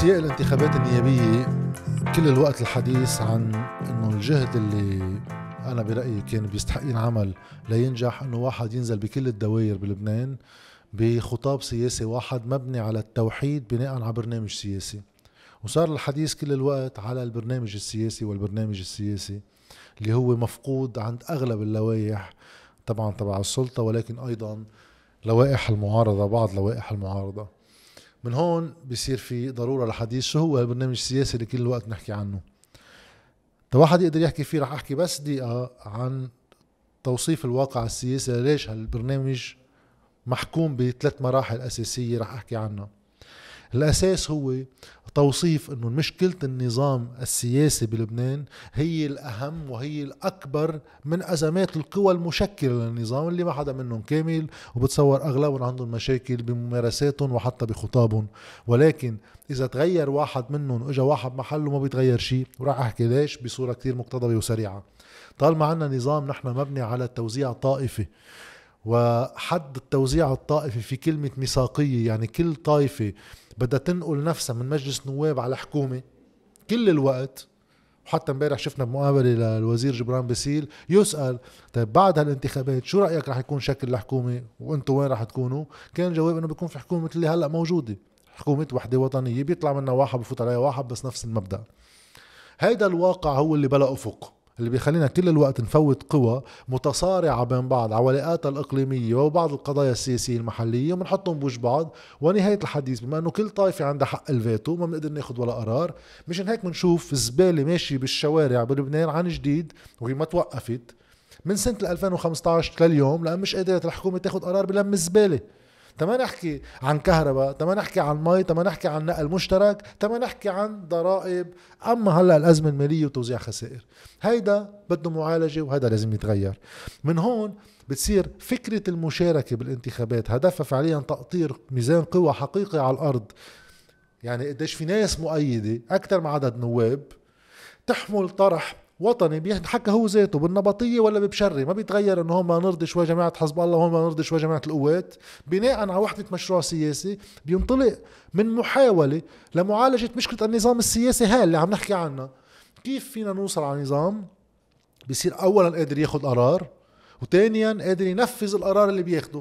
بسياق الانتخابات النيابية كل الوقت الحديث عن انه الجهد اللي انا برأيي كان بيستحق ينعمل لينجح انه واحد ينزل بكل الدوائر بلبنان بخطاب سياسي واحد مبني على التوحيد بناء على برنامج سياسي. وصار الحديث كل الوقت على البرنامج السياسي والبرنامج السياسي اللي هو مفقود عند اغلب اللوائح طبعا تبع السلطة، ولكن ايضا لوائح المعارضة، بعض لوائح المعارضة. من هون بيصير في ضرورة للحديث شو هو البرنامج السياسي اللي كل الوقت نحكي عنه. واحد يقدر يحكي فيه، رح احكي بس دقيقة عن توصيف الواقع السياسي، ليش هالبرنامج محكوم بثلاث مراحل أساسية رح احكي عنها. الأساس هو توصيف أنه مشكلة النظام السياسي بلبنان هي الأهم وهي الأكبر من أزمات القوى المشكلة للنظام اللي ما حدا منهم كامل، وبتصور أغلبهم عندهم مشاكل بممارساتهم وحتى بخطابهم. ولكن إذا تغير واحد منهم وإجا واحد محله ما بيتغير شيء، وراح أحكي ليش بصورة كتير مقتضبة وسريعة. طالما عنا نظام نحن مبني على التوزيع الطائفي، وحد التوزيع الطائفي في كلمة ميثاقية، يعني كل طائفة بدها تنقل نفسها من مجلس نواب على حكومة كل الوقت. وحتى امبارح شفنا بمقابلة للوزير جبران باسيل يسأل طيب بعد هالانتخابات شو رأيك رح يكون شكل الحكومة وانتوا وين رح تكونوا؟ كان الجواب انه بيكون في حكومة اللي هلأ موجودة، حكومة وحدة وطنية بيطلع منها واحد بفوت عليها واحد، بس نفس المبدأ. هيدا الواقع هو اللي بلا أفق، اللي بيخلينا كل الوقت نفوت قوى متصارعة بين بعض عولاقاتها الإقليمية وبعض القضايا السياسية المحلية ومنحطهم بوج بعض. ونهاية الحديث بما أنه كل طائفة عندها حق الفيتو ما بنقدر ناخد ولا قرار. مشان هيك بنشوف الزبالة ماشي بالشوارع بلبنان عن جديد، وهي ما توقفت من سنة 2015 لليوم، لأن مش قادرة الحكومة تاخد قرار بلم الزبالة. تما نحكي عن كهرباء، تما نحكي عن مي، تما نحكي عن نقل مشترك، تما نحكي عن ضرائب، اما هلا الازمه الماليه وتوزيع خسائر. هيدا بده معالجه وهيدا لازم يتغير. من هون بتصير فكره المشاركه بالانتخابات هدفها فعليا تأطير ميزان قوى حقيقي على الارض، يعني قديش في ناس مؤيده اكثر من عدد نواب تحمل طرح وطني بيتحكى هو ذاته بالنبطية ولا ببشري. ما بيتغير انه هون ما نرضي شوي جماعة حزب الله وهون ما نرضي شوي جماعة القوات، بناء على وحدة مشروع سياسي بينطلق من محاولة لمعالجة مشكلة النظام السياسي هاي اللي عم نحكي عنها. كيف فينا نوصل على نظام بيصير اولا قادر ياخد قرار، وثانيا قادر ينفذ القرار اللي بياخده.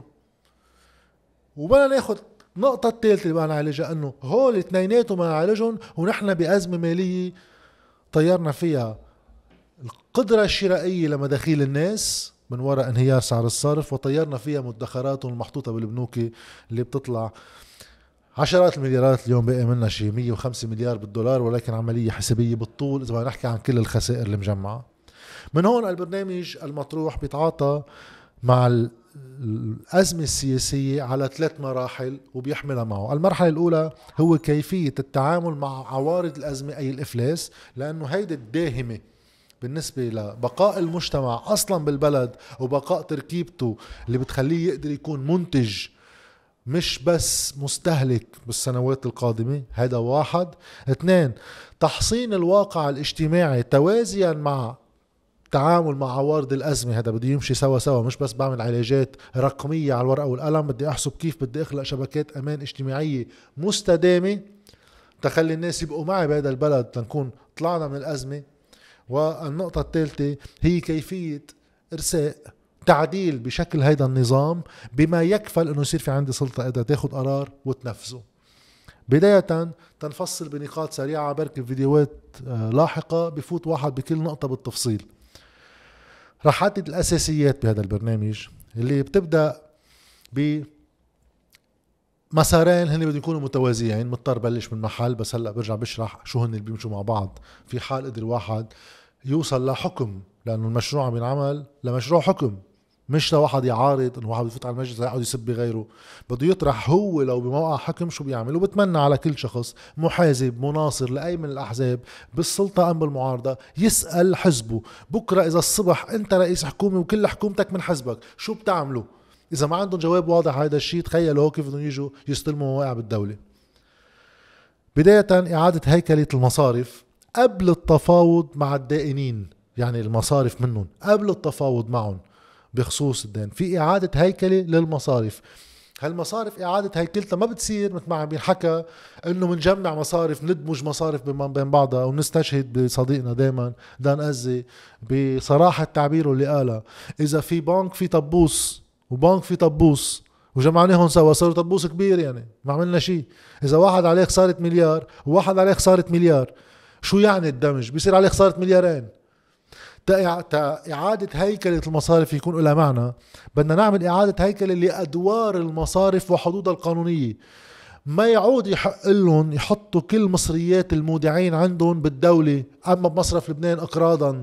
وبدنا ناخد النقطة الثالثة اللي بدنا نعالجها، انه هول اثنيناتهم بدنا نعالجهم ونحن بأزمة مالية طيرنا فيها القدرة الشرائية لمداخيل الناس من وراء انهيار سعر الصرف، وطيرنا فيها مدخراتهم المحطوطة بالبنوك اللي بتطلع عشرات المليارات. اليوم بقى منها شيء 105 مليار بالدولار، ولكن عملية حسابية بالطول إذا بدنا نحكي عن كل الخسائر المجمعة. من هون البرنامج المطروح بيتعاطى مع الأزمة السياسية على ثلاث مراحل وبيحملها معه. المرحلة الأولى هو كيفية التعامل مع عوارض الأزمة أي الإفلاس، لأنه هيدي الداهمة بالنسبة لبقاء المجتمع أصلا بالبلد وبقاء تركيبته اللي بتخليه يقدر يكون منتج مش بس مستهلك بالسنوات القادمة. هذا واحد. اثنين، تحصين الواقع الاجتماعي توازيا مع تعامل مع عوارض الأزمة. هذا بده يمشي سوا سوا، مش بس بعمل علاجات رقمية على الورقة والقلم، بدي أحسب كيف بدي أخلق شبكات أمان اجتماعية مستدامة تخلي الناس يبقوا معي بهذا البلد لنكون طلعنا من الأزمة. والنقطة الثالثة هي كيفية إرساء تعديل بشكل هيدا النظام بما يكفل أنه يصير في عندي سلطة قادرة تاخد قرار وتنفذه. بداية تنفصل بنقاط سريعة، بركي فيديوهات لاحقة بفوت واحد بكل نقطة بالتفصيل. رح حدد الأساسيات بهذا البرنامج اللي بتبدأ بمسارين هن بدهم يكونوا متوازيين. مضطر بلش من محل، بس هلأ برجع بشرح شو هن اللي بيمشوا مع بعض. في حال قدر واحد يوصل لحكم، لأنه المشروع عم ينعمل لمشروع حكم، مش لواحد يعارض انه واحد يفوت على المجلس يقعد يسب بغيره. بده يطرح هو لو بموقع حكم شو بيعمل. وبتمنى على كل شخص محازب مناصر لأي من الأحزاب بالسلطة أم بالمعارضة يسأل حزبه بكرة إذا الصبح أنت رئيس حكومة وكل حكومتك من حزبك شو بتعملوا. إذا ما عندهم جواب واضح هذا الشيء، تخيلوا كيف بدهم يجوا يستلموا مواقع بالدولة. بداية إعادة هيكلة المصارف قبل التفاوض مع الدائنين، يعني المصارف منهم قبل التفاوض معهم بخصوص الدين. في إعادة هيكلة للمصارف هالمصارف إعادة هيكلتها ما بتصير مثل ما عم بينحكى إنه منجمع مصارف، ندمج مصارف بين بعضها، ونستشهد بصديقنا دايما دان أزي بصراحة تعبيره اللي قالها: إذا في بنك في طبوس وبنك في طبوس وجمعناهم سوا صاروا طبوس كبير، يعني ما عملنا شيء. إذا واحد عليه خسارة مليار وواحد عليه خسارة مليار، شو يعني الدمج؟ بيصير عليه خسارة مليارين. إعادة هيكلة المصارف يكون لها معنى، بدنا نعمل إعادة هيكلة لأدوار المصارف وحدودها القانونية. ما يعود يحق لهم يحطوا كل مصريات المودعين عندهم بالدولة، أما بمصرف لبنان أقراضا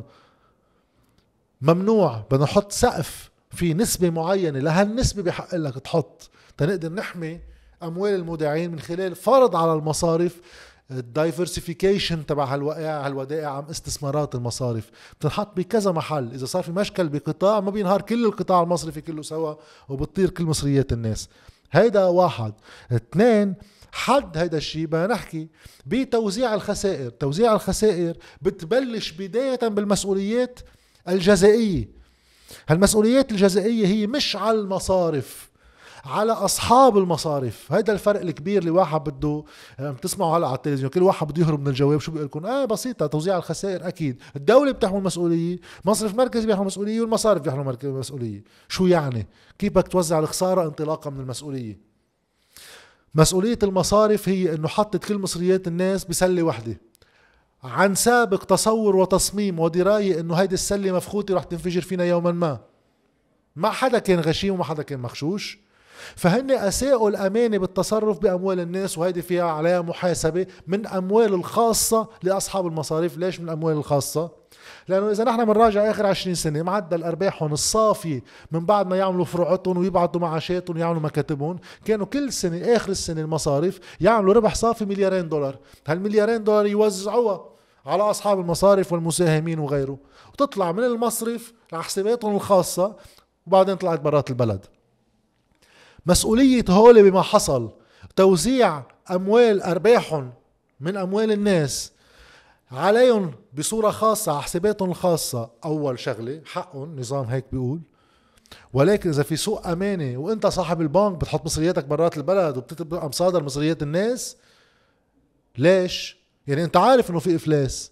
ممنوع. بدنا نحط سقف في نسبة معينة، لهالنسبة بحق لك تحط تنقدر نحمي أموال المودعين من خلال فرض على المصارف الدايفرسيفيكيشن تبع هالودائع عم استثمارات المصارف. بتنحط بكذا محل، اذا صار في مشكل بقطاع ما بينهار كل القطاع المصرفي كله سوا وبتطير كل مصريات الناس. هيدا واحد. اثنين، حد هيدا الشيء بدنا نحكي بتوزيع الخسائر. توزيع الخسائر بتبلش بداية بالمسؤوليات الجزائية. هالمسؤوليات الجزائية هي مش على المصارف، على أصحاب المصارف. هيدا الفرق الكبير اللي واحد بده بتسمعوا هلا على التلفزيون كل واحد بده يهرب من الجواب. شو بيقول لكم؟ بسيطة، توزيع الخسائر. أكيد الدولة بتحمل مسؤولية، مصرف مركزي بيحمل مسؤولية، والمصارف بيحملوا مسؤولية. شو يعني؟ كيف بدك توزع الخسارة انطلاقا من المسؤولية؟ مسؤولية المصارف هي انه حطت كل مصريات الناس بسلة وحدة، عن سابق تصور وتصميم ودراية انه هيدي السلة مفخوتة رح تنفجر فينا يوما ما حدا كان غشيم وما حدا كان مغشوش. فهن أساءوا الأمانة بالتصرف بأموال الناس، وهيدي فيها عليها محاسبة من أموال الخاصة لأصحاب المصارف. ليش من الأموال الخاصة؟ لأنه إذا نحن بنراجع آخر 20 سنة معدل أرباحهم الصافية من بعد ما يعملوا فروعاتهم ويبعتوا معاشاتهم ويعملوا مكاتبهم، كانوا كل سنة آخر السنة المصارف يعملوا ربح صافي $2,000,000. هال$2,000,000 يوزعوها على أصحاب المصارف والمساهمين وغيره، وتطلع من المصرف على حساباتهم الخاصة، وبعدين طلعت برات البلد. مسؤولية هول بما حصل توزيع أموال أرباحهم من أموال الناس عليهم بصورة خاصة على حساباتهم الخاصة. أول شغلة حقهم، نظام هيك بيقول. ولكن إذا في سوء أمانة وإنت صاحب البنك بتحط مصرياتك برات البلد وبتبقى مصادر مصريات الناس، ليش؟ يعني أنت عارف إنه في إفلاس.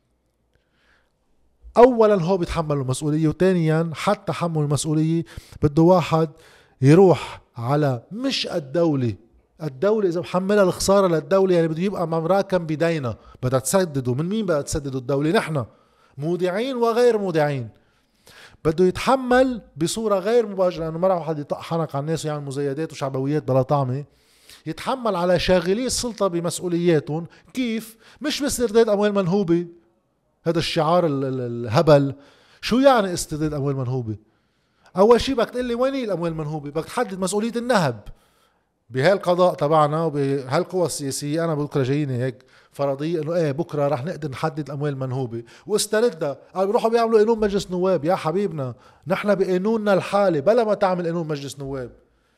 أولا هو بيتحمل المسؤولية، وثانيا حتى حمل المسؤولية بده واحد يروح على مش الدولة إذا محملها الخسارة للدولة، يعني بده يبقى مراكم بدينا بدها تسدده. من مين بدها تسدده؟ الدولة. نحن مودعين وغير مودعين. بده يتحمل بصورة غير مباشرة، لأنه مرة واحد يطحنك على الناس ويعمل مزايدات وشعبويات بلا طعمة. يتحمل على شاغلي السلطة بمسؤولياتهم. كيف؟ مش باسترداد أموال منهوبة. هذا الشعار الهبل. شو يعني استرداد أموال منهوبة؟ أول شيء بدك تقول لي وين هي الأموال المنهوبة؟ بدك تحدد مسؤولية النهب بهالقضاء تبعنا وبهالقوى السياسية. أنا بكرة جاييني هيك فرضية إنه بكرة رح نقدر نحدد الأموال المنهوبة واستردها. بيروحوا بيعملوا قانون مجلس نواب. يا حبيبنا نحن بقانوننا الحالي، بلا ما تعمل قانون مجلس نواب،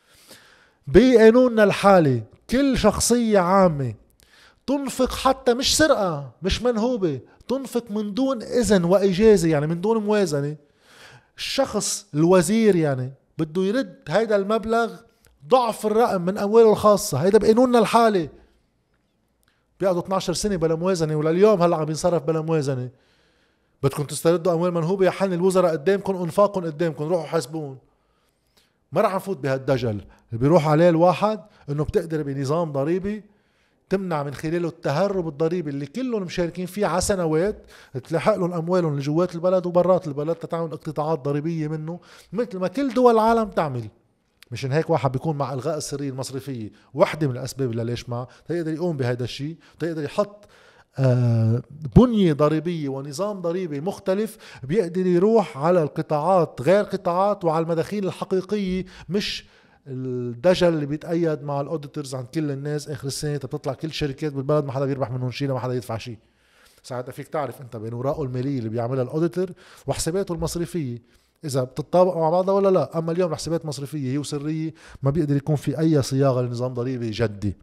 بقانوننا الحالي كل شخصية عامة تنفق، حتى مش سرقة مش منهوبة، تنفق من دون إذن وإجازة، يعني من دون موازنة. الشخص الوزير يعني بده يرد هيدا المبلغ ضعف الرقم من أمواله الخاصة. هيدا بقانوننا الحالي. بيقعدوا 12 سنة بلا موازنة، ولليوم هلأ عم بينصرف بلا موازنة. بدكم تستردوا أموال منهوبة؟ يا حن الوزراء قدامكم، أنفاقهم قدامكم، روحوا حاسبون. ما رح نفوت بهالدجل اللي بيروح عليه الواحد إنه بتقدر بنظام ضريبي تمنع من خلاله التهرب الضريبي اللي كلهم مشاركين فيه على سنوات، تلحق لهم اموالهم لجوات البلد وبرات البلد تتعمل اقتطاعات ضريبيه منه مثل ما كل دول العالم تعمل. مشان هيك واحد بيكون مع الغاء السريه المصرفيه وحده من الاسباب اللي ليش معه تقدر يقوم بهذا الشيء، تقدر يحط بنية ضريبية ونظام ضريبي مختلف بيقدر يروح على القطاعات غير قطاعات وعلى المداخيل الحقيقية، مش الدجل اللي بيتأيد مع الاوديتورز عند كل الناس. اخر السنة بتطلع كل الشركات بالبلد ما حدا بيربح منهم شيء، ما حدا يدفع شيء. ساعتها فيك تعرف انت بين اوراقه المالية اللي بيعملها الاوديتور وحساباته المصرفية اذا بتطابقوا مع بعضها ولا لا. اما اليوم الحسابات المصرفية هي وسرية، ما بيقدر يكون في اي صياغة لنظام ضريبي جدي.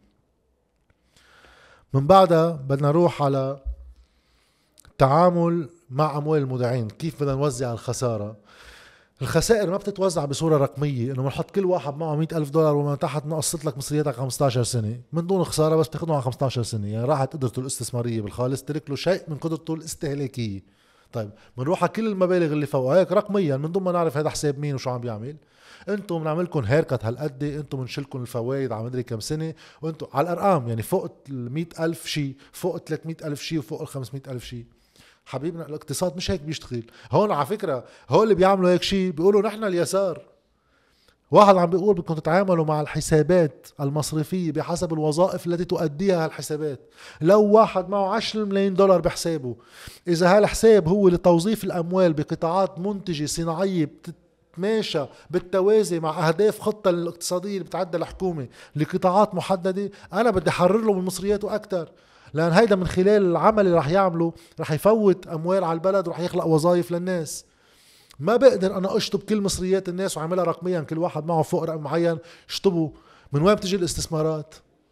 من بعدها بدنا نروح على التعامل مع اموال المودعين. كيف بدنا نوزع الخسارة؟ الخسائر ما بتتوزع بصورة رقمية انه بنحط كل واحد معه $100,000 ومن تحت نقسط لك مصرياتك 15 سنة من دون خسارة، بس تاخذهم على 15 سنة، يعني راحت قدرته الاستثمارية بالخالص، ترك له شيء من قدرته الاستهلاكية. طيب بنروح على كل المبالغ اللي فوق هيك رقميا من دون ما نعرف هذا حساب مين وشو عم بيعمل. انتم بنعملكم هيركت هالقد، انتم بنشيلكم الفوائد على مدري كم سنة، وانتم على الارقام يعني فوق ال 100,000 شيء، فوق ال 300,000 شيء، وفوق ال 500,000 شيء. حبيبنا الاقتصاد مش هيك بيشتغل هون على فكرة. هو اللي بيعملوا هيك شيء بيقولوا نحن اليسار. واحد عم بيقول بدكم تتعاملوا مع الحسابات المصرفية بحسب الوظائف التي تؤديها الحسابات. لو واحد معه 10 ملايين دولار بحسابه، إذا هالحساب هو لتوظيف الأموال بقطاعات منتجة صناعية بتتماشى بالتوازي مع أهداف خطة الاقتصادية اللي بتعدى الحكومة لقطاعات محددة، أنا بدي أحرر له من مصرياته أكتر، لأن هيدا من خلال العمل اللي رح يعمله رح يفوت أموال على البلد ورح يخلق وظائف للناس. ما بقدر انا اشطب كل مصريات الناس وعملها رقميا، كل واحد معه فوق رقم معين اشطبه. من وين بتجي الاستثمارات؟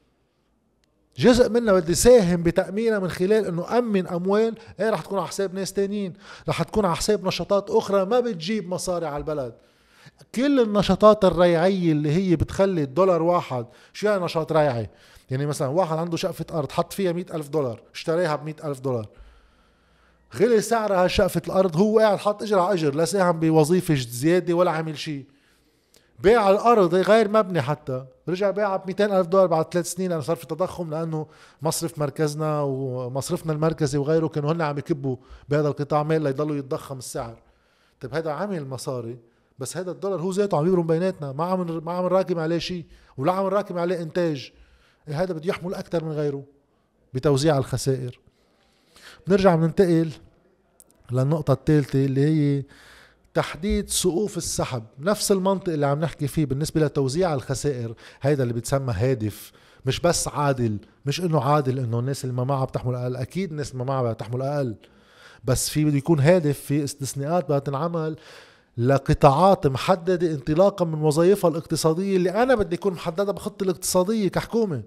جزء منها بدي ساهم بتأمينها من خلال انه امن اموال، ايه رح تكون على حساب ناس تانيين، رح تكون على حساب نشاطات اخرى ما بتجيب مصاري على البلد. كل النشاطات الريعية اللي هي بتخلي الدولار واحد، شو يعني نشاط ريعي؟ يعني مثلا واحد عنده شقفة ارض حط فيها $100,000، اشتريها ب$100,000، غلي سعرها هالشقفة الأرض، هو قاعد حط إجر على إجر، لا ساهم بوظيفة زيادة ولا عمل شيء. بيع الأرض غير مبني حتى، رجع بيعها $200,000 بعد 3 سنين لأنه صار في تضخم، لأنه مصرف مركزنا ومصرفنا المركزي وغيره كانوا هن عم يكبوا بهذا القطاع مال ليضلوا يتضخم السعر. طيب هذا عامل مصاري، بس هذا الدولار هو ذاته عم يبرم بيناتنا، ما عم نراكم عليه شيء ولا عم نراكم عليه إنتاج. هذا بده يحمل أكثر من غيره بتوزيع الخسائر. بنرجع بننتقل للنقطة الثالثة اللي هي تحديد سقوف السحب. نفس المنطق اللي عم نحكي فيه بالنسبة لتوزيع الخسائر، هيدا اللي بتسمى هادف، مش بس عادل. مش انه عادل انه الناس اللي ما معها بتحمل اقل، اكيد الناس اللي ما معها بتحمل اقل، بس في بده يكون هادف، في استثناءات بدها تنعمل لقطاعات محددة انطلاقا من وظائفها الاقتصادية اللي انا بدي يكون محددة بخطة الاقتصادية كحكومة.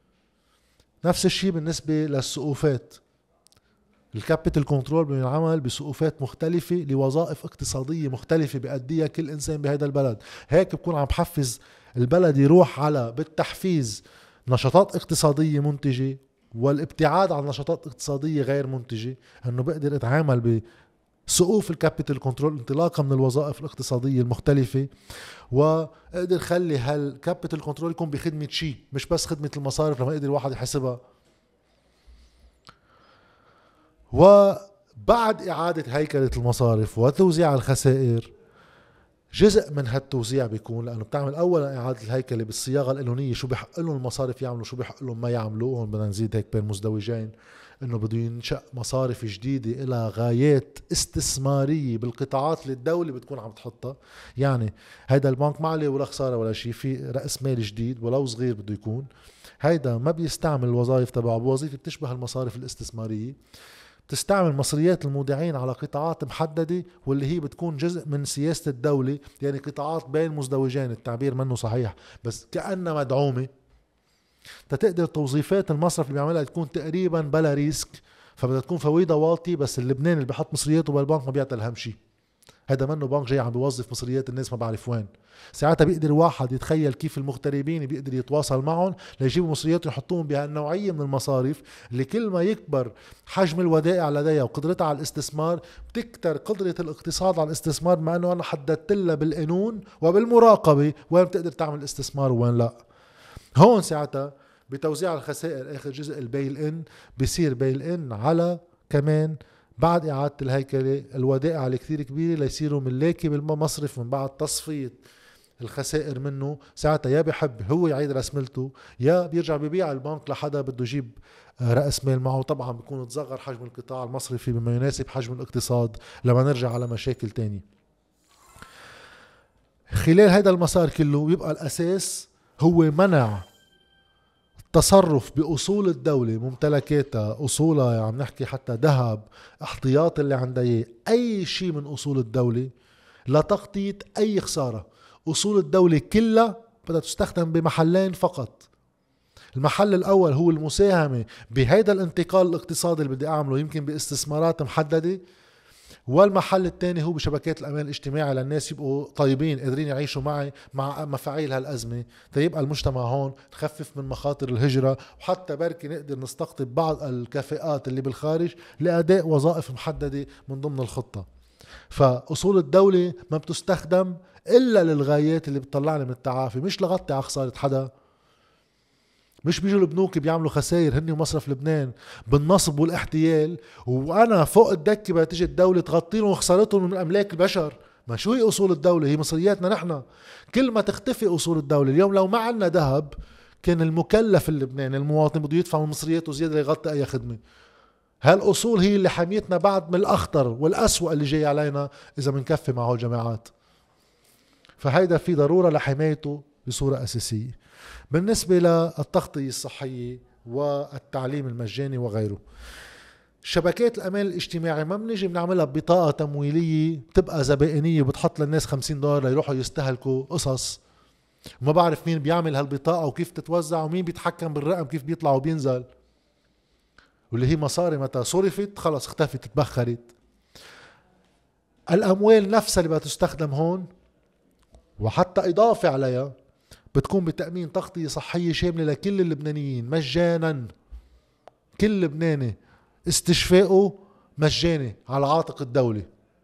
نفس الشيء بالنسبة للسقوفات. الكابيتال كنترول بينعمل بسقوفات مختلفة لوظائف اقتصادية مختلفة بيأديها كل إنسان بهذا البلد. هيك بكون عم بحفز البلد يروح على بالتحفيز نشاطات اقتصادية منتجة والابتعاد عن نشاطات اقتصادية غير منتجة، انه بقدر اتعامل بسقوف الكابيتال كنترول انطلاقا من الوظائف الاقتصادية المختلفة، واقدر خلي هالكابيتال كنترول يكون بخدمة شيء، مش بس خدمة المصارف لما يقدر الواحد يحسبها. وبعد إعادة هيكلة المصارف وتوزيع الخسائر، جزء من هالتوزيع بيكون لأنه بتعمل أولا إعادة الهيكلة بالصياغة القانونية، شو بيحق لهم المصارف يعملوا، شو بيحق لهم ما يعملوا. هون بدنا نزيد هيك بين مزدوجين إنه بده ينشأ مصارف جديدة إلى غايات استثمارية بالقطاعات اللي الدولة بتكون عم تحطها. يعني هيدا البنك ما عليه ولا خسارة ولا شيء، في رأس مال جديد ولو صغير بده يكون، هيدا ما بيستعمل الوظائف تبعه بوظيفة بتشبه المصارف الاستثمارية، تستعمل مصريات المودعين على قطاعات محددة واللي هي بتكون جزء من سياسة الدولة، يعني قطاعات بين مزدوجين، التعبير منه صحيح بس كأنها مدعومة، تتقدر توظيفات المصرف اللي بيعملها تكون تقريبا بلا ريسك، فبدها تكون فويدة واطي، بس اللبناني اللي بيحط مصرياته بالبنك ما بيعطي الهم شيء. هذا منه بنك جاي عم بيوظف مصريات الناس ما بعرف وين. ساعتها بيقدر واحد يتخيل كيف المغتربين بيقدر يتواصل معهم ليجيبوا مصريات ويحطوهم بهالنوعية من المصارف اللي كل ما يكبر حجم الودائع لديها وقدرتها على الاستثمار بتكتر قدرة الاقتصاد على الاستثمار، بما انه انا حددت لها بالقانون وبالمراقبة وين بتقدر تعمل استثمار وين لا. هون ساعتها بتوزيع الخسائر اخر جزء البيل ان بيصير بيل ان على كمان بعد إعادة الهيكلة الودائع الكثير كبيرة ليصيروا ملاكي بالمصرف من بعد تصفية الخسائر منه. ساعتها يا بيحب هو يعيد رسملته، يا بيرجع ببيع البنك لحدا بده يجيب رأس مال معه. طبعا بيكون تصغر حجم القطاع المصرفي بما يناسب حجم الاقتصاد لما نرجع على مشاكل تانية. خلال هذا المسار كله يبقى الأساس هو منع تصرف بأصول الدولة، ممتلكاتها، أصولها، عم نحكي حتى ذهب، احتياط اللي عندها، أي شيء من أصول الدولة لتغطية أي خسارة. أصول الدولة كلها بدها تستخدم بمحلين فقط. المحل الأول هو المساهمة بهيدا الانتقال الاقتصادي اللي بدي أعمله، يمكن باستثمارات محددة والمحل الثاني هو بشبكات الأمان الاجتماعي للناس يبقوا طيبين قادرين يعيشوا معي مع مفاعيل هالأزمة، تيبقى المجتمع هون نخفف من مخاطر الهجرة، وحتى بركي نقدر نستقطب بعض الكفاءات اللي بالخارج لأداء وظائف محددة من ضمن الخطة. فأصول الدولة ما بتستخدم إلا للغايات اللي بتطلعني من التعافي، مش لغطي على خسارة حدا. مش بيجوا البنوك بيعملوا خسائر هن ومصرف لبنان بالنصب والاحتيال، وانا فوق الدكه بدها تيجي الدوله تغطي لهم خسارتهم من املاك البشر. ما شو هي اصول الدوله؟ هي مصرياتنا نحن. كل ما تختفي اصول الدوله، اليوم لو ما عندنا ذهب كان المكلف اللبناني المواطن بده يدفع من مصرياته زياده ليغطي اي خدمه. هالاصول هي اللي حميتنا بعد من الاخطر والاسوأ اللي جاي علينا اذا بنكفي مع هول الجماعات. فهيدا في ضروره لحمايته بصوره اساسيه. بالنسبة للتغطية الصحية والتعليم المجاني وغيره، شبكات الأمان الاجتماعي ما بنيجي بنعملها ببطاقة تمويلية بتبقى زبائنية وبتحط للناس $50 ليروحوا يستهلكوا قصص، وما بعرف مين بيعمل هالبطاقة وكيف تتوزع ومين بيتحكم بالرقم كيف بيطلع وبينزل، واللي هي مصاري متى صرفت خلص اختفت تبخرت. الأموال نفسها اللي بدها تستخدم هون وحتى إضافة عليها بتكون بتأمين تغطية صحية شاملة لكل اللبنانيين مجانا. كل لبناني استشفائه مجاني على عاتق الدولة،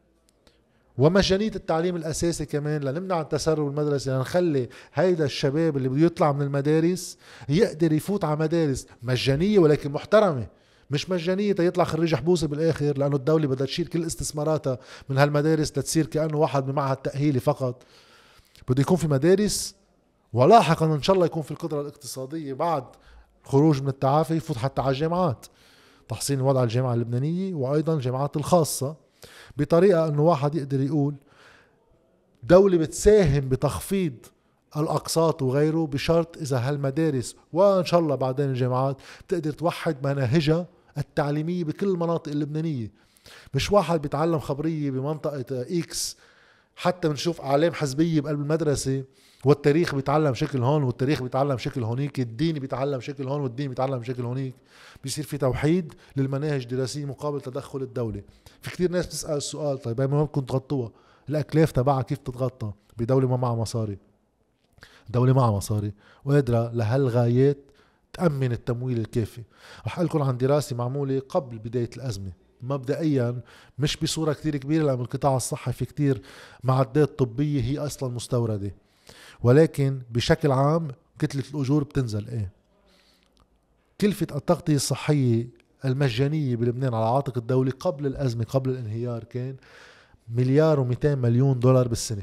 ومجانية التعليم الأساسي كمان لنمنع التسرب المدرسي، لنخلي هيدا الشباب اللي بده يطلع من المدارس يقدر يفوت على مدارس مجانية ولكن محترمة، مش مجانية يطلع خريج حبوسي بالآخر، لأنه الدولة بدها تشيل كل استثماراتها من هالمدارس لتصير كأنه واحد بمعهد تأهيلي فقط. بده يكون في مدارس، ولاحقا ان شاء الله يكون في القدرة الاقتصادية بعد الخروج من التعافي يفوت حتى على الجامعات، تحسين وضع الجامعة اللبنانية وايضا الجامعات الخاصة، بطريقة انه واحد يقدر يقول دولة بتساهم بتخفيض الاقساط وغيره، بشرط اذا هالمدارس وان شاء الله بعدين الجامعات تقدر توحد مناهجها التعليمية بكل المناطق اللبنانية. مش واحد بيتعلم خبرية بمنطقة اكس، حتى بنشوف اعلام حزبية بقلب المدرسة والتاريخ بيتعلم شكل هون والتاريخ بيتعلم شكل هونيك، الدين بيتعلم شكل هون والدين بيتعلم شكل هونيك. بيصير في توحيد للمناهج الدراسية مقابل تدخل الدولة. في كتير ناس بتسأل السؤال طيب ما ممكن تغطوها؟ الأكلاف تبعها كيف تتغطى بدولة ما معها مصاري؟ دولة معها مصاري وقادرة لهالغايات تأمن التمويل الكافي. رح أقول لكم عن دراسة معمولة قبل بداية الأزمة مبدئيا، مش بصورة كتير كبيرة لأن القطاع الصحي في كتير معدات طبية هي أصلا مستوردة، ولكن بشكل عام كتلة الأجور بتنزل. كلفة التغطية الصحية المجانية بلبنان على عاتق الدولة قبل الأزمة قبل الانهيار كان $1,200,000,000 بالسنة.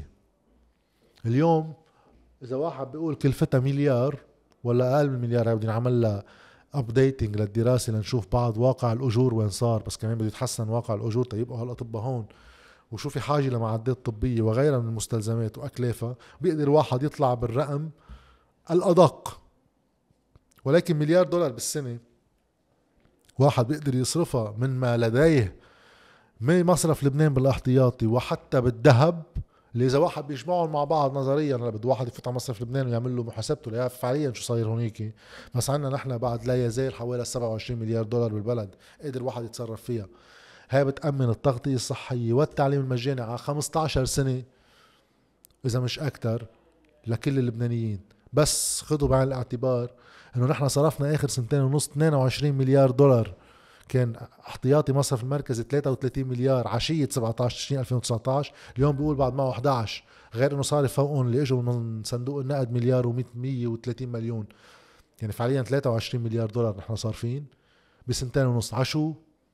اليوم إذا واحد بيقول كلفتها مليار ولا أقل من مليار، بدنا نعمل لها ابديتنج للدراسة لنشوف بعض واقع الأجور وين صار، بس كمان بده يتحسن واقع الأجور تيبقوا هالأطباء هون وشو في حاجة لمعدات طبية وغيرها من المستلزمات وأكلافها، بيقدر واحد يطلع بالرقم الأدق. ولكن $1,000,000,000 بالسنة واحد بيقدر يصرفها من ما لديه من مصرف لبنان بالاحتياطي وحتى بالذهب، اللي إذا واحد بيجمعهم مع بعض نظريا بده واحد يفوت على مصرف لبنان ويعمل له محاسبته ليعرف فعليا شو صاير هونيك. بس عنا نحن بعد لا يزال حوالي $27,000,000,000 بالبلد قدر واحد يتصرف فيها. هاي بتأمن التغطية الصحية والتعليم المجاني على 15 سنة إذا مش أكتر لكل اللبنانيين. بس خذوا بعين الاعتبار إنه نحن صرفنا آخر 2.5 $22,000,000 كان احتياطي مصرف المركزي 33 مليار عشية 17 2019، اليوم بيقول بعد معه 11، غير انه صار فوقهم اللي اجوا من صندوق النقد $1,130,000,000. يعني فعليا $23,000,000,000 نحن صارفين بسنتين ونص. عشو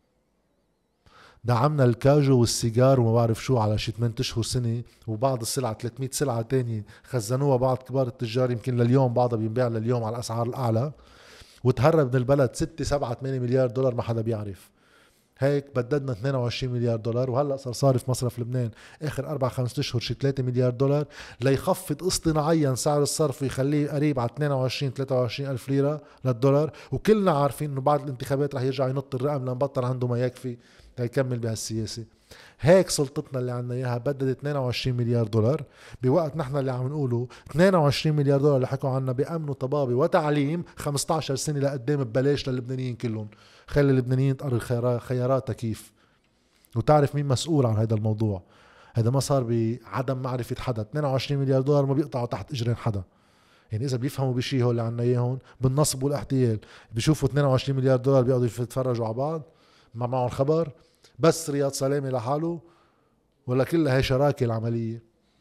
دعمنا الكاجو والسيجار وما بعرف شو على شي 8 اشهر سنة، وبعض السلع 300 سلعة تانية خزنوها بعض كبار التجار يمكن لليوم بعضها بينباع لليوم على الاسعار الاعلى، وتهرب من البلد 6 7 8 مليار دولار ما حدا بيعرف. هيك بددنا $22,000,000,000 وهلا صار صارف مصرف لبنان اخر 4-5 اشهر شي $3,000,000,000 ليخفض اصطناعيا سعر الصرف ويخليه قريب على 22-23 ألف ليرة للدولار. وكلنا عارفين انه بعد الانتخابات رح يرجع ينط الرقم لنبطل عنده ما يكفي ليكمل بهالسياسة. هيك سلطتنا اللي عنا اياها بددت $22,000,000,000 بوقت نحن اللي عم نقوله $22,000,000,000 اللي حكوا عنا بيأمنوا طبابة وتعليم 15 سنة لقدام ببلاش للبنانيين كلهم. خلي اللبنانيين تقرر خياراتها كيف. وتعرف مين مسؤول عن هذا الموضوع. هذا ما صار بعدم معرفة حدا. 22 مليار دولار ما بيقطعوا تحت اجرين حدا. يعني اذا بيفهموا بشيء هول اللي عنا اياهم بالنصب والاحتيال، بيشوفوا 22 مليار دولار بيقعدوا يتفرجوا على بعض، ما معهم خبر، بس رياض سلامة لحاله، ولا كلها هي شراكة العملية.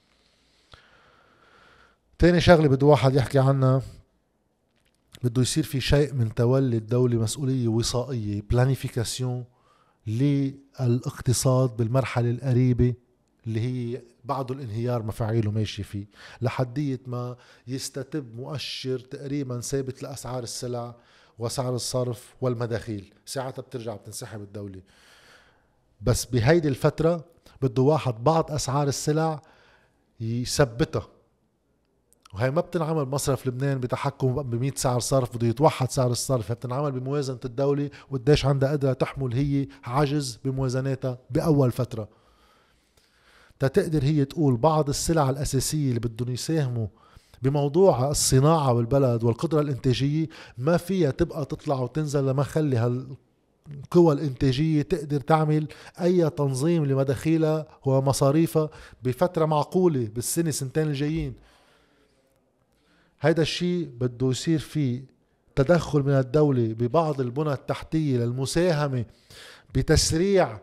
تاني شغلة بده واحد يحكي عنها، بده يصير في شيء من تولي الدولة مسؤولية وصائية، بلانيفيكاسيون للاقتصاد بالمرحلة القريبة اللي هي بعد الانهيار مفاعيله ماشي فيه، لحدية ما يستتب مؤشر تقريبا ثابت لأسعار السلع وسعر الصرف والمداخيل، ساعتها بترجع بتنسحب الدولة. بس بهيدي الفترة بده واحد بعض أسعار السلع يثبتها، وهي ما بتنعمل بمصرف لبنان بتحكم ب100 سعر صرف، بده يتوحد سعر الصرف. هي بتنعمل بموازنة الدولة وقديش عندها قدرة تحمل هي عجز بموازناتها بأول فترة، تقدر هي تقول بعض السلع الأساسية اللي بدهم يساهموا بموضوع الصناعة بالبلد والقدرة الإنتاجية ما فيها تبقى تطلع وتنزل لما خلي هالقوى الإنتاجية تقدر تعمل أي تنظيم لمداخيلها ومصاريفها بفترة معقولة بالسنة سنتين الجايين. هيدا الشيء بده يصير فيه تدخل من الدولة ببعض البنى التحتية للمساهمة بتسريع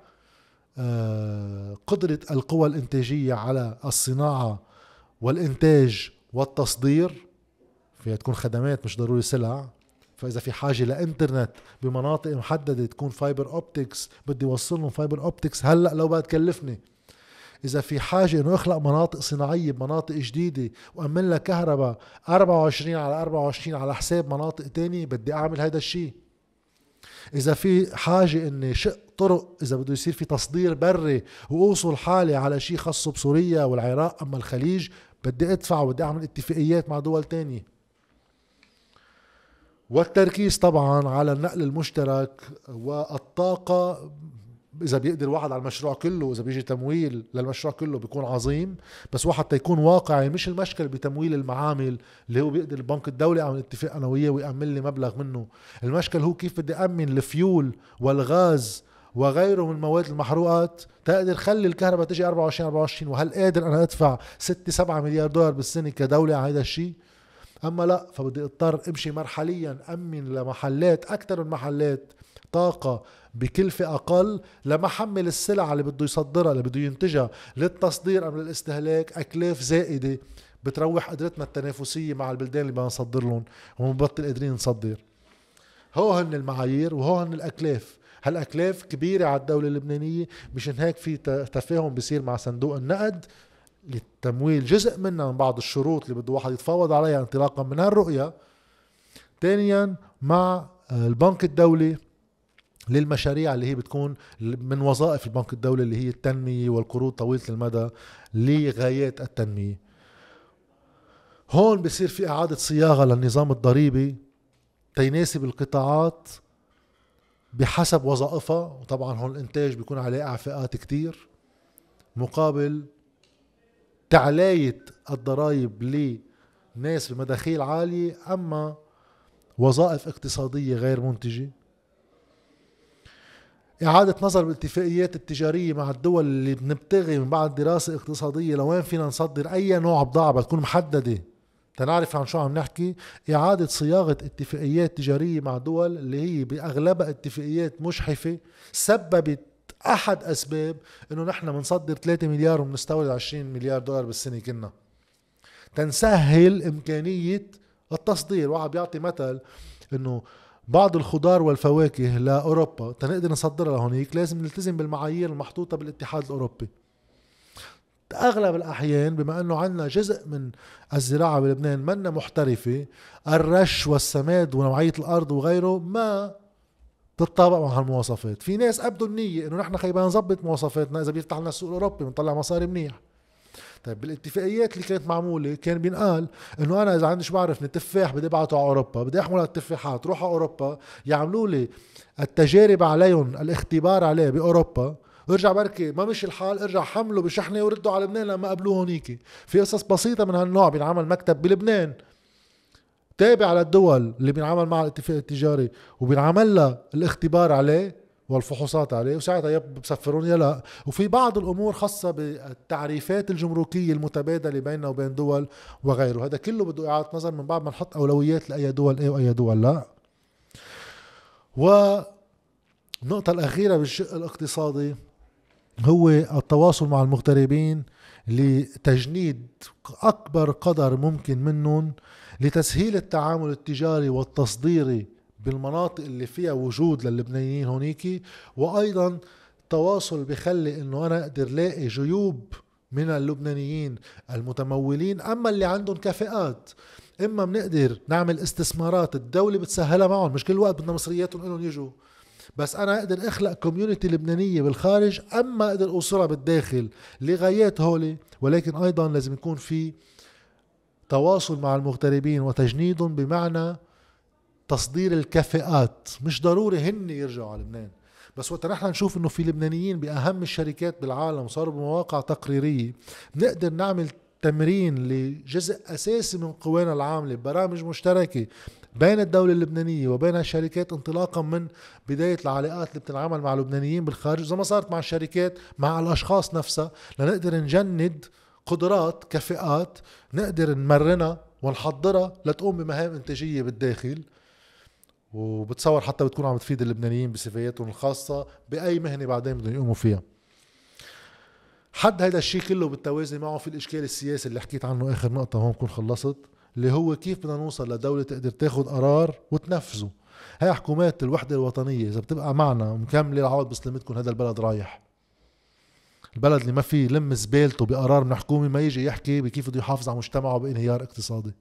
قدرة القوى الإنتاجية على الصناعة والإنتاج والتصدير. فيها تكون خدمات مش ضروري سلع. فإذا في حاجة لإنترنت بمناطق محددة تكون فايبر أوبتكس، بدي وصلهم فايبر أوبتكس هلأ لو بقى تكلفني. إذا في حاجة إنه أخلق مناطق صناعية بمناطق جديدة وأمن لها كهرباء 24 على 24 على حساب مناطق تانية، بدي أعمل هذا الشيء. إذا في حاجة إني شق طرق، إذا بده يصير في تصدير بري وأوصل حالي على شيء خاصه بسوريا والعراق أما الخليج، بدي أدفع وبدي أعمل اتفاقيات مع دول تانية. والتركيز طبعا على النقل المشترك والطاقة. إذا بيقدر واحد على المشروع كله، إذا بيجي تمويل للمشروع كله بيكون عظيم، بس واحد تيكون واقعي. مش المشكل بتمويل المعامل اللي هو بيقدر البنك الدولي أعمل اتفاق أنا وياه ويأمن لي مبلغ منه. المشكل هو كيف بدي أمن الفيول والغاز وغيره من المواد المحروقات تقدر خلي الكهرباء تجي 24/24. وهل قادر أنا أدفع 6-7 مليار دولار بالسنة كدولة على هذا الشيء؟ أما لا، فبدي اضطر امشي مرحليا أمن لمحلات أكثر من محلات طاقة بكلفة أقل، لما حمل السلع اللي بده يصدرها اللي بده ينتجها للتصدير أم للاستهلاك أكلاف زائدة بتروح قدرتنا التنافسية مع البلدان اللي بدنا نصدر لهم ومبطل قادرين نصدر. هو هن المعايير وهو هن الأكلاف. هالأكلاف كبيرة على الدولة اللبنانية، مشان هيك في تفاهم بيصير مع صندوق النقد للتمويل جزء منها من بعض الشروط اللي بده واحد يتفاوض عليها انطلاقا من هالرؤية. ثانيا مع البنك الدولي للمشاريع اللي هي بتكون من وظائف البنك الدولي اللي هي التنمية والقروض طويلة المدى لغايات التنمية. هون بصير في إعادة صياغة للنظام الضريبي تيناسب القطاعات بحسب وظائفها. وطبعا هون الانتاج بيكون عليه اعفاءات كتير مقابل تعلاية الضرائب لناس بمداخيل عالية اما وظائف اقتصادية غير منتجة. إعادة نظر بالاتفاقيات التجارية مع الدول اللي بنبتغي من بعد دراسة اقتصادية لوين فينا نصدر أي نوع بضاعة بتكون محددة تنعرف عن شو عم نحكي. إعادة صياغة اتفاقيات تجارية مع دول اللي هي بأغلبها اتفاقيات مجحفة سببت أحد أسباب إنه نحن بنصدر 3 مليار وبنستورد 20 مليار دولار بالسنة. كنا تنسهل إمكانية التصدير. واحد بيعطي مثل إنه بعض الخضار والفواكه لأوروبا تنقدر نصدرها لهونيك لازم نلتزم بالمعايير المحطوطة بالاتحاد الأوروبي. أغلب الأحيان بما أنه عندنا جزء من الزراعة بلبنان منا محترفة، الرش والسماد ونوعية الأرض وغيره ما تتطابق مع هالمواصفات. في ناس أبدوا النية إنه نحن خيبان نظبط مواصفاتنا إذا بيفتح لنا السوق الأوروبي بنطلع مصاري منيح. طيب بالاتفاقيات اللي كانت معمولة كان بينقال انه انا اذا عندي شو بعرف تفاح بدي ابعته على اوروبا، بدي احمل التفاحات روح على اوروبا يعملوا لي التجارب عليهم الاختبار عليه باوروبا، وارجع بركي ما مشي الحال ارجع حمله بشحنه وردوا على لبنان لما قبلوه هونيك. في قصص بسيطة من هالنوع بينعمل مكتب بلبنان تابع للدول اللي بينعمل مع الاتفاق التجاري وبينعمل لها الاختبار عليه والفحوصات عليه، وساعتها يا بسفرون يا لا. وفي بعض الامور خاصه بالتعريفات الجمركيه المتبادله بيننا وبين دول وغيره. هذا كله بده اعاده نظر من بعد ما نحط اولويات لاي دول ايه واي دول لا. والنقطه الاخيره بالشق الاقتصادي هو التواصل مع المغتربين لتجنيد أكبر قدر ممكن منهم لتسهيل التعامل التجاري والتصديري بالمناطق اللي فيها وجود للبنانيين هونيكي. وأيضا تواصل بخلي أنه أنا أقدر لاقي جيوب من اللبنانيين المتمولين، أما اللي عندهم كفاءات إما بنقدر نعمل استثمارات الدولة بتسهلها معهم، مش كل الوقت بدنا مصرياتهم إنهم يجوا، بس انا اقدر اخلق كوميونتي لبنانيه بالخارج، اما اقدر اوصلها بالداخل لغايات هولي. ولكن ايضا لازم يكون في تواصل مع المغتربين وتجنيدهم بمعنى تصدير الكفاءات. مش ضروري هن يرجعوا على لبنان، بس وقت نحن نشوف انه في لبنانيين باهم الشركات بالعالم صاروا بمواقع تقريريه، بنقدر نعمل تمرين لجزء اساسي من قوانا العامله ببرامج مشتركه بين الدولة اللبنانية وبين الشركات، انطلاقا من بداية العلاقات اللي بتنعمل مع اللبنانيين بالخارج، زي ما صارت مع الشركات مع الأشخاص نفسها، لنقدر نجند قدرات كفاءات نقدر نمرنها ونحضرها لتقوم بمهام إنتاجية بالداخل. وبتصور حتى بتكون عم تفيد اللبنانيين بصفاتهم الخاصة بأي مهنة بعدين بدهم يقوموا فيها. حد هيدا الشيء كله بالتوازي معه في الإشكال السياسي اللي حكيت عنه آخر نقطة هون بكون خلصت، اللي هو كيف بدنا نوصل لدولة تقدر تاخد قرار وتنفذه. هاي حكومات الوحدة الوطنية إذا بتبقى معنا ومكملة العوض بسلامتكم هذا البلد رايح. البلد اللي ما فيه لم زبالته بقرار من حكومة ما يجي يحكي بكيف بده يحافظ على مجتمعه بانهيار اقتصادي.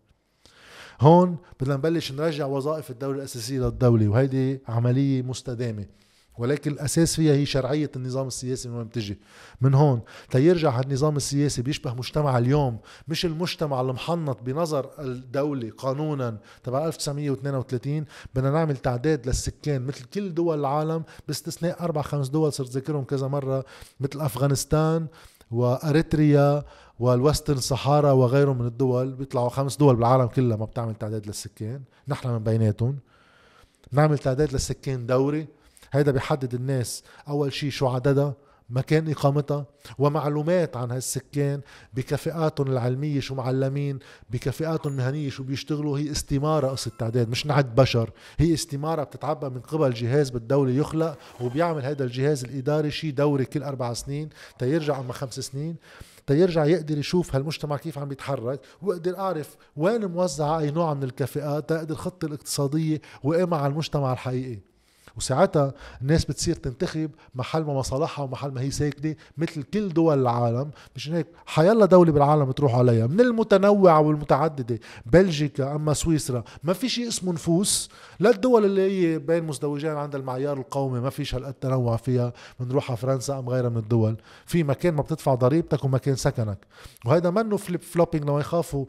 هون بدنا نبلش نرجع وظائف الدولة الأساسية للدولة، وهيدي عملية مستدامة، ولكن الأساس فيها هي شرعية النظام السياسي من وين بتجي. من هون تيرجع النظام السياسي بيشبه مجتمع اليوم، مش المجتمع المحنط بنظر الدولة قانونا تبع 1932. بدنا نعمل تعداد للسكان مثل كل دول العالم باستثناء 4-5 دول صرت ذكرهم كذا مرة، مثل أفغانستان وأريتريا والوسترن صحارى وغيرهم من الدول. بيطلعوا 5 دول بالعالم كلها ما بتعمل تعداد للسكان، نحن من بيناتهم. نعمل تعداد للسكان دوري، هيدا بيحدد الناس أول شيء شو عددها، مكان إقامتها، ومعلومات عن هالسكان، بكفاءاتهم العلمية شو معلمين، بكفاءاتهم المهنية شو بيشتغلوا. هي استمارة قصة التعداد، مش نعد بشر، هي استمارة بتتعبى من قبل جهاز بالدولة يخلق، وبيعمل هذا الجهاز الإداري شيء دوري كل 4 سنين تيرجع، أما 5 سنين تيرجع يقدر يشوف هالمجتمع كيف عم بيتحرك، ويقدر أعرف وين موزعة أي نوع من الكفاءات، تقدر خطة الاقتصادية وقامة على المجتمع الحقيقي. وساعتها الناس بتصير تنتخب محل ما مصالحها ومحل ما هي ساكنة مثل كل دول العالم. مش هيك حيلا دولة بالعالم تروح عليها من المتنوعة والمتعددة، بلجيكا أما سويسرا، ما في شيء اسمه نفوس. لا الدول اللي هي بين مزدوجين عندها المعيار القومي ما فيش هالقد تنوع فيها، بنروح على فرنسا أم غيرها من الدول، في مكان ما بتدفع ضريبتك ومكان سكنك. وهذا منه فليب فلوبينج لو يخافوا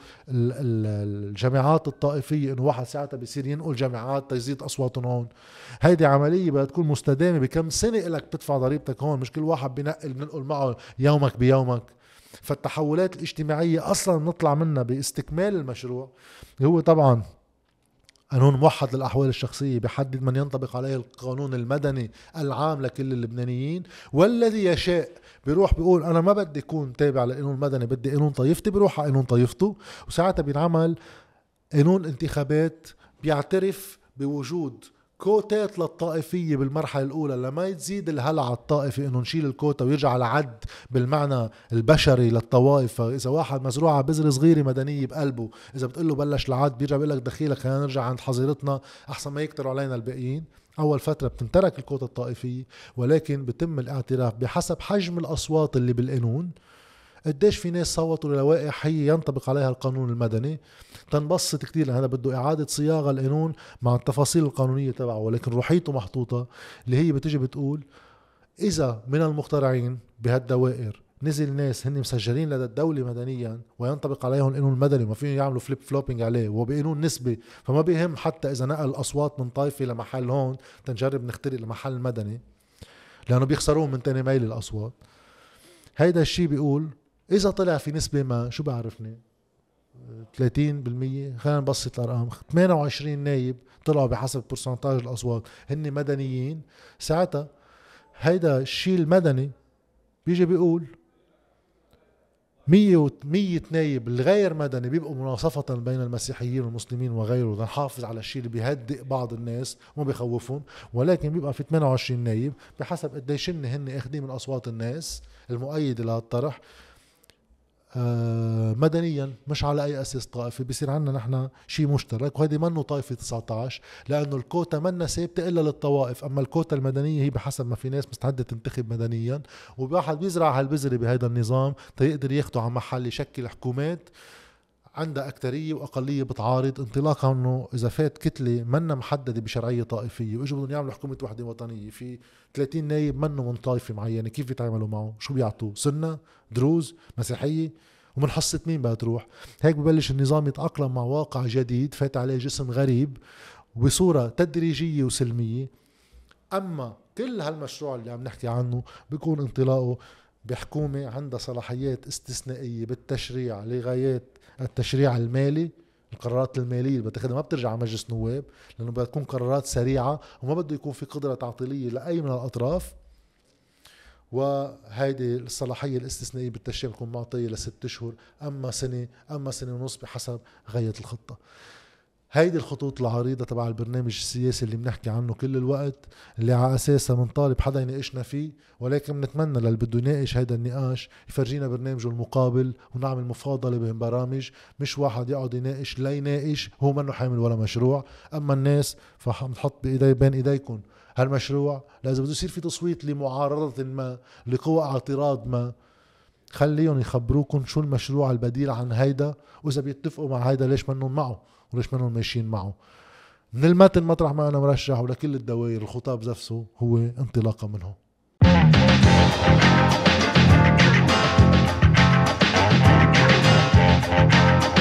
الجامعات الطائفية انه واحد ساعتها بيصير ينقل جامعات تيزيد اصواتهم هون. هيدي عملية بدها تكون مستدامة، بكم سنة إلك بتدفع ضريبتك هون، مش كل واحد بننقل معه يومك بيومك. فالتحولات الاجتماعية أصلا نطلع منها باستكمال المشروع هو طبعا قانون موحد للأحوال الشخصية بيحدد من ينطبق عليه القانون المدني العام لكل اللبنانيين، والذي يشاء بيروح بيقول أنا ما بدي أكون تابع للقانون المدني، بدي قانون طائفتي، بيروح على قانون طائفته. وساعتها بينعمل قانون انتخابات بيعترف بوجود كوتات للطائفية بالمرحلة الأولى لما يتزيد الهلع الطائفي، إنه نشيل الكوتا ويرجع العد بالمعنى البشري للطوائف. فإذا واحد مزروعة بذرة صغيرة مدنية بقلبه، إذا بتقول له بلش العد بيرجع بيقول لك دخيلك خلينا نرجع عند حظيرتنا أحسن ما يكتروا علينا الباقيين. أول فترة بتنترك الكوتا الطائفية، ولكن بتم الاعتراف بحسب حجم الأصوات اللي بالقانون قديش في ناس صوتوا للوائح هي ينطبق عليها القانون المدني. تنبسط كتير لأن هذا بده إعادة صياغة القانون مع التفاصيل القانونية تبعه، ولكن روحيته محطوطة اللي هي بتجي بتقول إذا من المخترعين بهالدوائر نزل ناس هن مسجلين لدى الدولة مدنيا وينطبق عليهم القانون المدني وما فيهم يعملوا فليب فلوبينج عليه وبقانون نسبي، فما بيهم حتى إذا نقل الأصوات من طائفة لمحل هون تنجرب نخترق لمحل مدني لأنه بيخسرون من تاني ميل الأصوات. هيدا الشي بيقول إذا طلع في نسبة ما شو بعرفني 30%، خلينا نبسط الأرقام، 28 نايب طلعوا بحسب برسنتاج الأصوات هن مدنيين، ساعتها هيدا الشيء المدني بيجي بيقول 100 نايب الغير مدني بيبقوا مناصفة بين المسيحيين والمسلمين وغيره لنحافظ على الشيء اللي بيهدئ بعض الناس وما بيخوفهم، ولكن بيبقى في 28 نايب بحسب قديش هن اخذين من اصوات الناس المؤيدة لهالطرح مدنيا، مش على اي اساس طائفي. بيصير عندنا نحن شيء مشترك، وهذه منه طائفة 19 لانه الكوتا منا ثابته الا للطوائف. اما الكوتا المدنيه هي بحسب ما في ناس مستعده تنتخب مدنيا، وواحد بيزرع هالبذره بهذا النظام تيقدر ياخده على محل يشكل حكومات عندها أكترية وأقلية بتعارض، انطلاقا أنه إذا فات كتلة منا محددة بشرعية طائفية وإجوا بدهم يعملوا حكومة وحدة وطنية في 30 نايب منه من طائفة معينة، كيف بيتعاملوا معه؟ شو بيعطوه؟ سنة؟ دروز؟ مسيحية؟ ومن حصة مين بقى تروح؟ هيك ببلش النظام يتأقلم مع واقع جديد فات عليه جسم غريب وبصورة تدريجية وسلمية. أما كل هالمشروع اللي عم نحكي عنه بيكون انطلاقه بحكومة عندها صلاحيات استثنائية بالتشريع لغايات التشريع المالي. القرارات المالية اللي بتاخدها ما بترجع على مجلس نواب، لأنه بدها تكون قرارات سريعة وما بده يكون في قدرة تعطيلية لأي من الأطراف. وهيدي الصلاحية الاستثنائية بالتشريع بتكون معطية ل6 أشهر، أما سنة، أما سنة ونص بحسب غاية الخطة. هيدي الخطوط العريضة تبع البرنامج السياسي اللي بنحكي عنه كل الوقت، اللي على أساسها منطالب حدا يناقشنا فيه، ولكن بنتمنى للي بده يناقش هيدا النقاش يفرجينا برنامجه المقابل ونعمل مفاضلة بين برامج، مش واحد يقعد يناقش لا يناقش هو منه حامل ولا مشروع. أما الناس فحنحط بين إيديكم هالمشروع، لازم بده يصير في تصويت لمعارضة ما، لقوى اعتراض ما، خليهم يخبروكم شو المشروع البديل عن هيدا، وإذا بيتفقوا مع هيدا ليش منهم معه وليش منهم ماشيين معه. من المتن مطرح ما أنا مرشح ولكل الدوائر الخطاب نفسه هو انطلاقا منه.